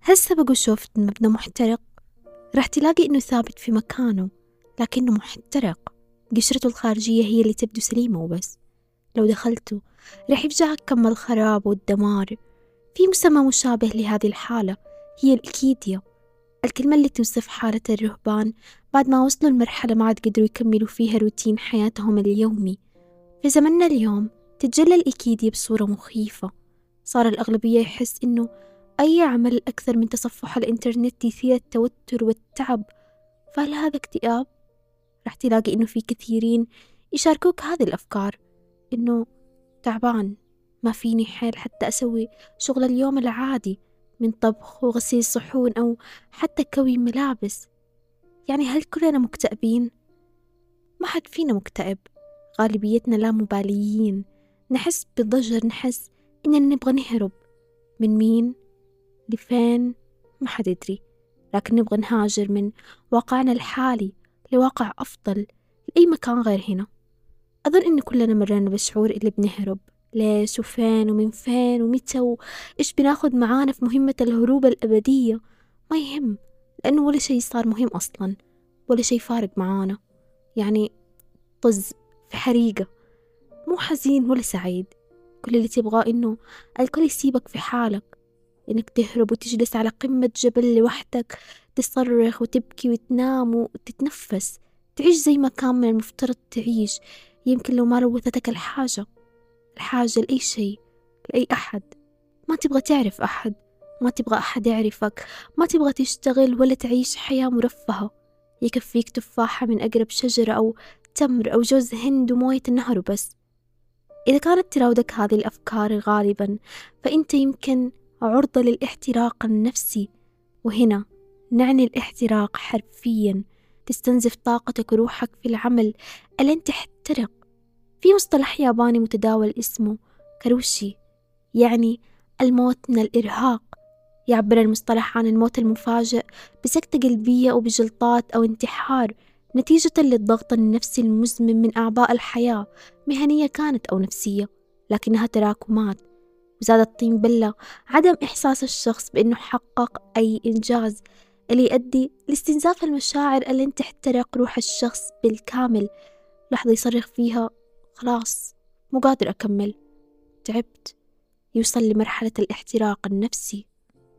هسه بقول شوفت مبنى محترق، راح تلاقي إنه ثابت في مكانه لكنه محترق. قشرته الخارجية هي اللي تبدو سليمة وبس. لو دخلته راح يفجعك كم الخراب والدمار. في مسمى مشابه لهذه الحالة، هي الإكيديا، الكلمة اللي توصف حالة الرهبان بعد ما وصلوا لمرحلة ما عاد قدروا يكملوا فيها روتين حياتهم اليومي. في زمننا اليوم تتجلى الإكيديا بصورة مخيفة. صار الأغلبية يحس إنه أي عمل أكثر من تصفح الإنترنت يثير التوتر والتعب. فهل هذا اكتئاب؟ رح تلاقي إنه في كثيرين يشاركوك هذه الأفكار، إنه تعبان، ما فيني حيل حتى أسوي شغل اليوم العادي من طبخ وغسيل صحون أو حتى كوي ملابس. يعني هل كلنا مكتئبين؟ ما حد فينا مكتئب، غالبيتنا لا مباليين، نحس بضجر، نحس إننا نبغى نهرب. من مين؟ لفين؟ ما حد يدري، لكن نبغى نهاجر من واقعنا الحالي لواقع أفضل، لأي مكان غير هنا. أظن إن كلنا مرينا بالشعور اللي بنهرب. ليش وفين ومن فين ومتى وإيش بناخد معانا في مهمة الهروب الأبدية؟ ما يهم، لأنه ولا شيء صار مهم أصلا، ولا شيء فارق معانا. يعني طز في حريقة، مو حزين ولا سعيد. كل اللي تبغاه إنه الكل يسيبك في حالك، إنك تهرب وتجلس على قمة جبل لوحدك، تصرخ وتبكي وتنام وتتنفس، تعيش زي ما كان من المفترض تعيش. يمكن لو ما روثتك الحاجة لأي شيء، لأي أحد. ما تبغى تعرف أحد، ما تبغى أحد يعرفك، ما تبغى تشتغل ولا تعيش حياة مرفهة. يكفيك تفاحة من أقرب شجرة أو تمر أو جوز هند وموية النهر وبس. إذا كانت تراودك هذه الأفكار غالبا فأنت يمكن عرضة للاحتراق النفسي. وهنا نعني الاحتراق حرفيا، تستنزف طاقتك وروحك في العمل ألين تحترق. في مصطلح ياباني متداول اسمه كاروشي، يعني الموت من الإرهاق. يعبر المصطلح عن الموت المفاجئ بسكتة قلبية أو بجلطات أو انتحار نتيجة للضغط النفسي المزمن من أعباء الحياة، مهنية كانت أو نفسية، لكنها تراكمات. وزاد الطين بلة عدم إحساس الشخص بأنه حقق أي إنجاز، اللي يؤدي لاستنزاف المشاعر اللي تحترق روح الشخص بالكامل. لحظة يصرخ فيها خلاص مو قادر أكمل، تعبت، يوصل لمرحلة الاحتراق النفسي.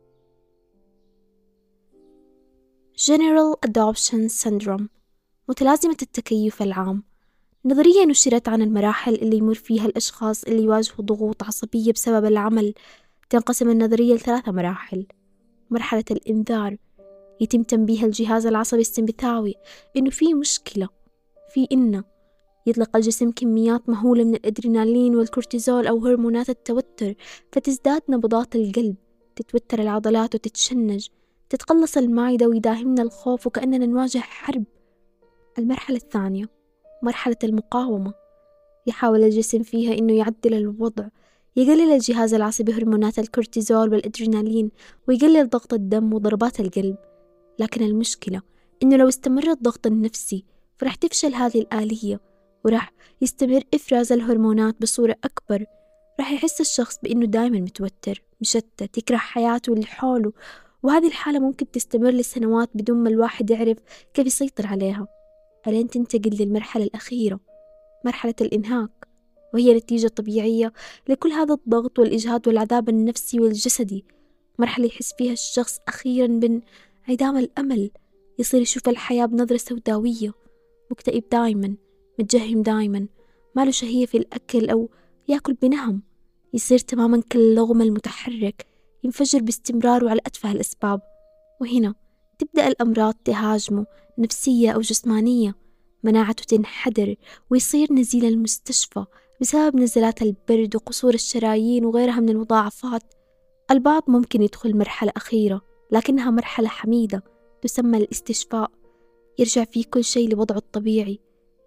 General Adoption Syndrome، متلازمة التكيف العام، نظرية نشرت عن المراحل اللي يمر فيها الأشخاص اللي يواجهوا ضغوط عصبية بسبب العمل. تنقسم النظرية لثلاثة مراحل. مرحلة الإنذار، يتم تنبيه الجهاز العصبي السمبثاوي إنه في مشكلة، إنه يطلق الجسم كميات مهولة من الأدرينالين والكورتيزول أو هرمونات التوتر، فتزداد نبضات القلب، تتوتر العضلات وتتشنج، تتقلص المعدة ويداهمنا الخوف وكأننا نواجه حرب. المرحلة الثانية مرحلة المقاومة، يحاول الجسم فيها إنه يعدل الوضع، يقلل الجهاز العصبي هرمونات الكورتيزول والأدرينالين، ويقلل ضغط الدم وضربات القلب. لكن المشكلة إنه لو استمر الضغط النفسي فرح تفشل هذه الآلية، ورح يستمر إفراز الهرمونات بصورة أكبر. رح يحس الشخص بإنه دايما متوتر، مشتت، يكره حياته واللي حوله، وهذه الحالة ممكن تستمر لسنوات بدون ما الواحد يعرف كيف يسيطر عليها، ألين تنتقل للمرحلة الأخيرة، مرحلة الإنهاك، وهي نتيجة طبيعية لكل هذا الضغط والإجهاد والعذاب النفسي والجسدي. مرحلة يحس فيها الشخص أخيرا بانعدام الأمل، يصير يشوف الحياة بنظرة سوداوية، مكتئب دايما، متجهم دايما، ما له شهية في الأكل أو يأكل بنهم، يصير تماما كاللغم المتحرك، ينفجر باستمرار وعلى أتفه الأسباب. وهنا تبدأ الأمراض تهاجمه، نفسية أو جسمانية، مناعته تنحدر ويصير نزيل المستشفى بسبب نزلات البرد وقصور الشرايين وغيرها من المضاعفات. البعض ممكن يدخل مرحلة أخيرة لكنها مرحلة حميدة تسمى الاستشفاء، يرجع فيه كل شيء لوضعه الطبيعي،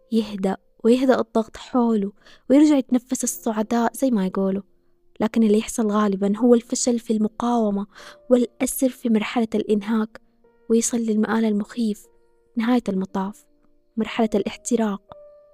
يهدأ الضغط حوله ويرجع يتنفس الصعداء زي ما يقولوا. لكن اللي يحصل غالبا هو الفشل في المقاومة والأسر في مرحلة الإنهاك، ويصل للمآل المخيف، نهاية المطاف، مرحلة الاحتراق.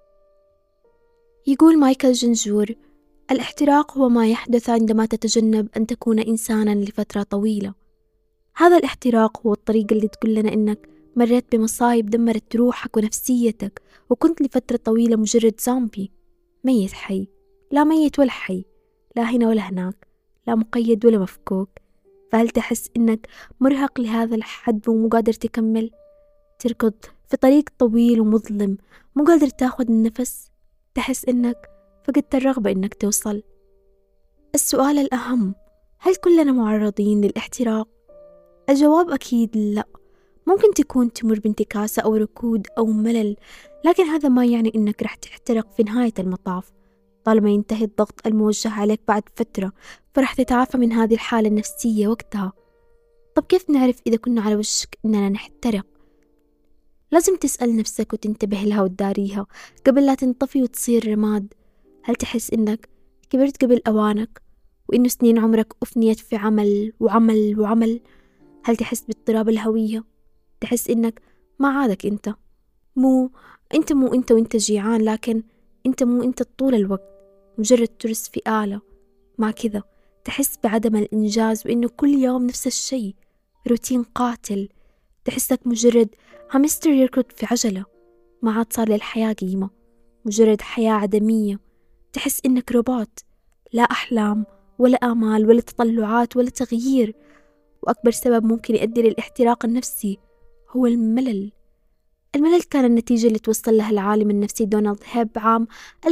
يقول مايكل جنجور: الاحتراق هو ما يحدث عندما تتجنب أن تكون إنسانا لفترة طويلة. هذا الاحتراق هو الطريقة اللي تقول لنا إنك مريت بمصايب دمرت روحك ونفسيتك، وكنت لفترة طويلة مجرد زومبي، ميت حي، لا ميت ولا حي، لا هنا ولا هناك، لا مقيد ولا مفكوك. فهل تحس إنك مرهق لهذا الحد ومو قادر تكمل؟ تركض في طريق طويل ومظلم، مو قادر تاخد النفس؟ تحس إنك فقدت الرغبة إنك توصل؟ السؤال الأهم، هل كلنا معرضين للاحتراق؟ الجواب أكيد لا. ممكن تكون تمر بانتكاسة أو ركود أو ملل، لكن هذا ما يعني إنك رح تحترق في نهاية المطاف. طالما ينتهي الضغط الموجه عليك بعد فترة، فرح تتعافى من هذه الحالة النفسية وقتها. طب كيف نعرف إذا كنا على وشك إننا نحترق؟ لازم تسأل نفسك وتنتبه لها وتداريها قبل لا تنطفي وتصير رماد. هل تحس إنك كبرت قبل أوانك، وإنه سنين عمرك أفنيت في عمل وعمل وعمل؟ هل تحس باضطراب الهوية؟ تحس إنك ما عادك أنت، مو أنت وأنت جيعان، لكن أنت مو أنت طول الوقت، مجرد ترس في آلة. مع كذا تحس بعدم الإنجاز، وإنه كل يوم نفس الشيء، روتين قاتل. تحسك مجرد هامستر يركض في عجلة، ما عاد صار للحياة قيمة، مجرد حياة عدمية. تحس إنك روبوت، لا أحلام ولا آمال ولا تطلعات ولا تغيير. وأكبر سبب ممكن يؤدي للاحتراق النفسي هو الملل. الملل كان النتيجة اللي توصل لها العالم النفسي دونالد هيب عام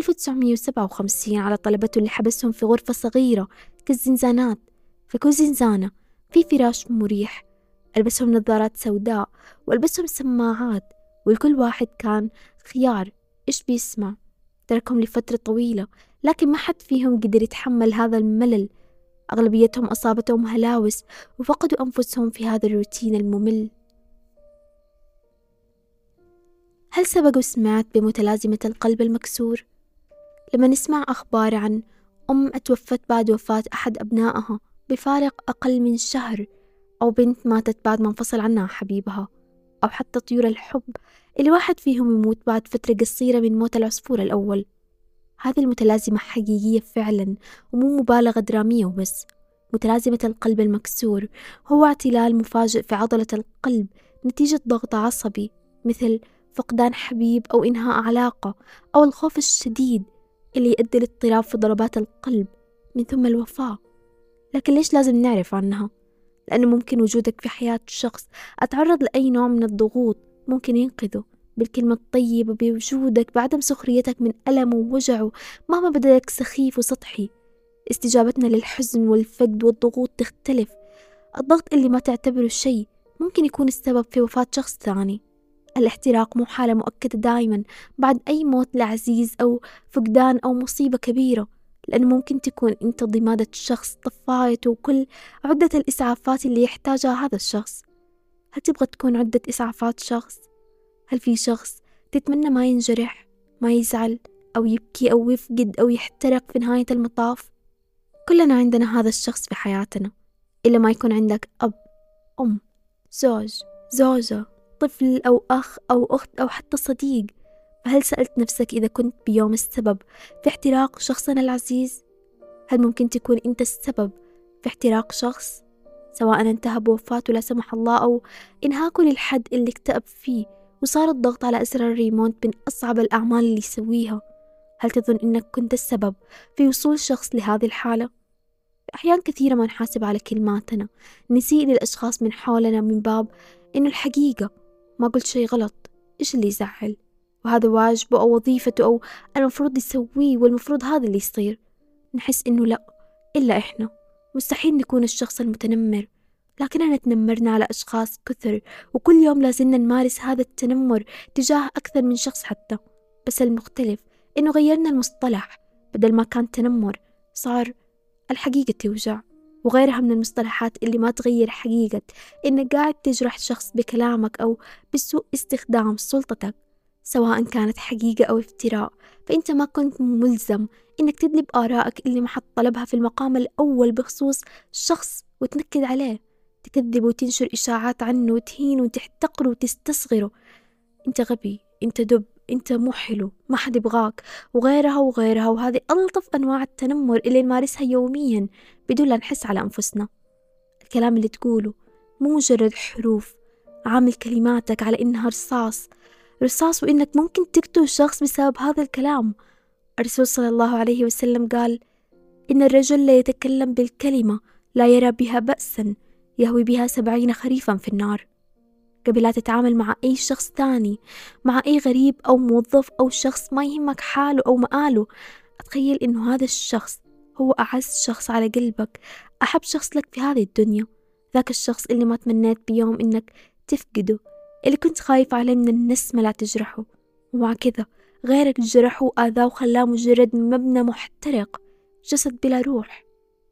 1957 على طلبته اللي حبسهم في غرفة صغيرة كالزنزانات. فكل زنزانة في فراش مريح، ألبسهم نظارات سوداء وألبسهم سماعات، والكل واحد كان خيار إيش بيسمع. تركهم لفترة طويلة، لكن ما حد فيهم قدر يتحمل هذا الملل. أغلبيتهم أصابتهم هلاوس وفقدوا أنفسهم في هذا الروتين الممل. هل سبق وسمعت بمتلازمة القلب المكسور؟ لما نسمع أخبار عن أم اتوفت بعد وفاة أحد أبنائها بفارق أقل من شهر، أو بنت ماتت بعد ما انفصل عنها حبيبها، أو حتى طيور الحب اللي واحد فيهم يموت بعد فترة قصيرة من موت العصفور الأول، هذه المتلازمة حقيقية فعلا ومو مبالغة درامية وبس. متلازمة القلب المكسور هو اعتلال مفاجئ في عضلة القلب نتيجة ضغط عصبي، مثل فقدان حبيب أو إنهاء علاقة أو الخوف الشديد اللي يؤدي لاضطراب في ضربات القلب، من ثم الوفاة. لكن ليش لازم نعرف عنها؟ لأنه ممكن وجودك في حياة شخص أتعرض لأي نوع من الضغوط ممكن ينقذه بالكلمة الطيبة، بوجودك، بعدم سخريتك من ألمه ووجعه مهما بدأ لك سخيف وسطحي. استجابتنا للحزن والفقد والضغوط تختلف. الضغط اللي ما تعتبره شيء ممكن يكون السبب في وفاة شخص ثاني. الاحتراق مو حالة مؤكدة دائما بعد أي موت لعزيز أو فقدان أو مصيبة كبيرة، لأنه ممكن تكون أنت ضمادة شخص، طفايته وكل عدة الإسعافات اللي يحتاجها هذا الشخص. هل تبغى تكون عدة إسعافات شخص؟ هل في شخص تتمنى ما ينجرح، ما يزعل أو يبكي أو يفقد أو يحترق في نهاية المطاف؟ كلنا عندنا هذا الشخص في حياتنا، إلا ما يكون عندك أب، أم، زوج، زوجة، طفل أو أخ أو أخت أو حتى صديق. فهل سألت نفسك إذا كنت بيوم السبب في احتراق شخصنا العزيز؟ هل ممكن تكون أنت السبب في احتراق شخص، سواء انتهى بوفاته لا سمح الله أو إنهاكه للحد اللي اكتئب فيه وصار الضغط على أزرار الريموت من أصعب الأعمال اللي يسويها؟ هل تظن أنك كنت السبب في وصول شخص لهذه الحالة؟ أحيان كثيرة ما نحاسب على كلماتنا، نسيء للأشخاص من حولنا من باب إنه الحقيقة ما قلت شيء غلط، إيش اللي يزعل، وهذا واجبه أو وظيفته أو المفروض يسويه والمفروض هذا اللي يصير. نحس إنه لا، إلا إحنا مستحيل نكون الشخص المتنمر، لكننا تنمرنا على أشخاص كثر، وكل يوم لازلنا نمارس هذا التنمر تجاه أكثر من شخص حتى. بس المختلف إنه غيرنا المصطلح، بدل ما كان تنمر صار الحقيقة توجع، وغيرها من المصطلحات اللي ما تغير حقيقة إنك قاعد تجرح شخص بكلامك أو بسوء استخدام سلطتك. سواء كانت حقيقة أو افتراء، فأنت ما كنت ملزم إنك تدلب آرائك اللي ما حد طلبها في المقام الأول بخصوص شخص وتنكد عليه، تكذب وتنشر إشاعات عنه وتهينه وتحتقره وتستصغره. أنت غبي، أنت دب، أنت مو حلو، ما حد يبغاك، وغيرها وغيرها. وهذه ألطف أنواع التنمر اللي نمارسها يوميا بدون لا نحس على أنفسنا. الكلام اللي تقوله مو مجرد حروف. عامل كلماتك على إنها رصاص وإنك ممكن تقتل شخص بسبب هذا الكلام. الرسول صلى الله عليه وسلم قال: إن الرجل لا يتكلم بالكلمة لا يرى بها بأسا يهوي بها 70 خريفا في النار. قبل لا تتعامل مع أي شخص تاني، مع أي غريب أو موظف أو شخص ما يهمك حاله أو مآله، أتخيل إنه هذا الشخص هو أعز شخص على قلبك، أحب شخص لك في هذه الدنيا، ذاك الشخص اللي ما تمنيت بيوم إنك تفقده، اللي كنت خايف عليه من النسمة لا تجرحه، ومع كذا غيرك جرحه وآذاه وخلاه مجرد مبنى محترق، جسد بلا روح.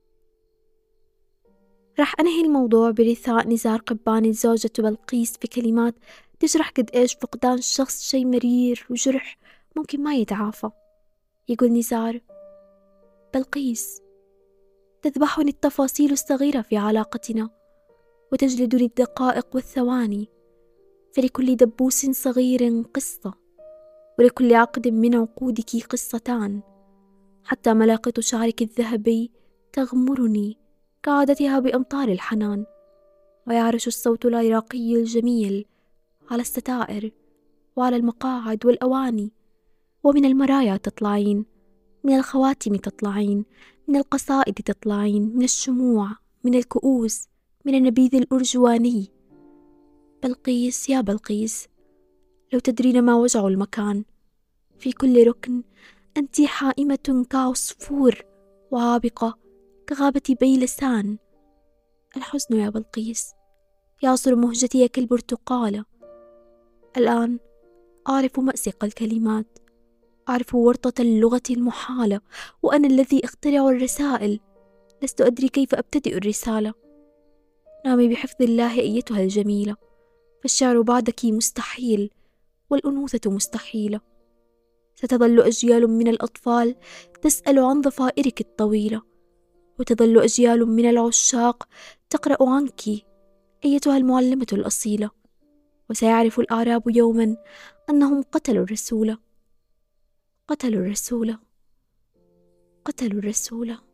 راح أنهي الموضوع برثاء نزار قباني لزوجته بلقيس بكلمات تشرح قد إيش فقدان شخص شي مرير وجرح ممكن ما يتعافى. يقول نزار: بلقيس، تذبحني التفاصيل الصغيرة في علاقتنا وتجلدني الدقائق والثواني، فلكل دبوس صغير قصة، ولكل عقد من عقودك قصتان، حتى ملاقط شعرك الذهبي تغمرني كعادتها بأمطار الحنان، ويعرش الصوت العراقي الجميل على الستائر وعلى المقاعد والأواني، ومن المرايا تطلعين، من الخواتم تطلعين، من القصائد تطلعين، من الشموع، من الكؤوس، من النبيذ الأرجواني. بلقيس يا بلقيس، لو تدرين ما وجع المكان، في كل ركن أنت حائمة كعصفور، وعابقة كغابة بيلسان. الحزن يا بلقيس يعصر مهجتي كالبرتقالة. الآن أعرف مأزق الكلمات، أعرف ورطة اللغة المحالة، وأنا الذي أخترع الرسائل، لست أدري كيف أبتدئ الرسالة. نامي بحفظ الله أيتها الجميلة، فالشعر بعدك مستحيل، والأنوثة مستحيلة. ستظل أجيال من الأطفال تسأل عن ضفائرك الطويلة، وتظل أجيال من العشاق تقرأ عنك أيتها المعلمة الأصيلة، وسيعرف الأعراب يوما أنهم قتلوا الرسول، قتلوا الرسول، قتلوا الرسول.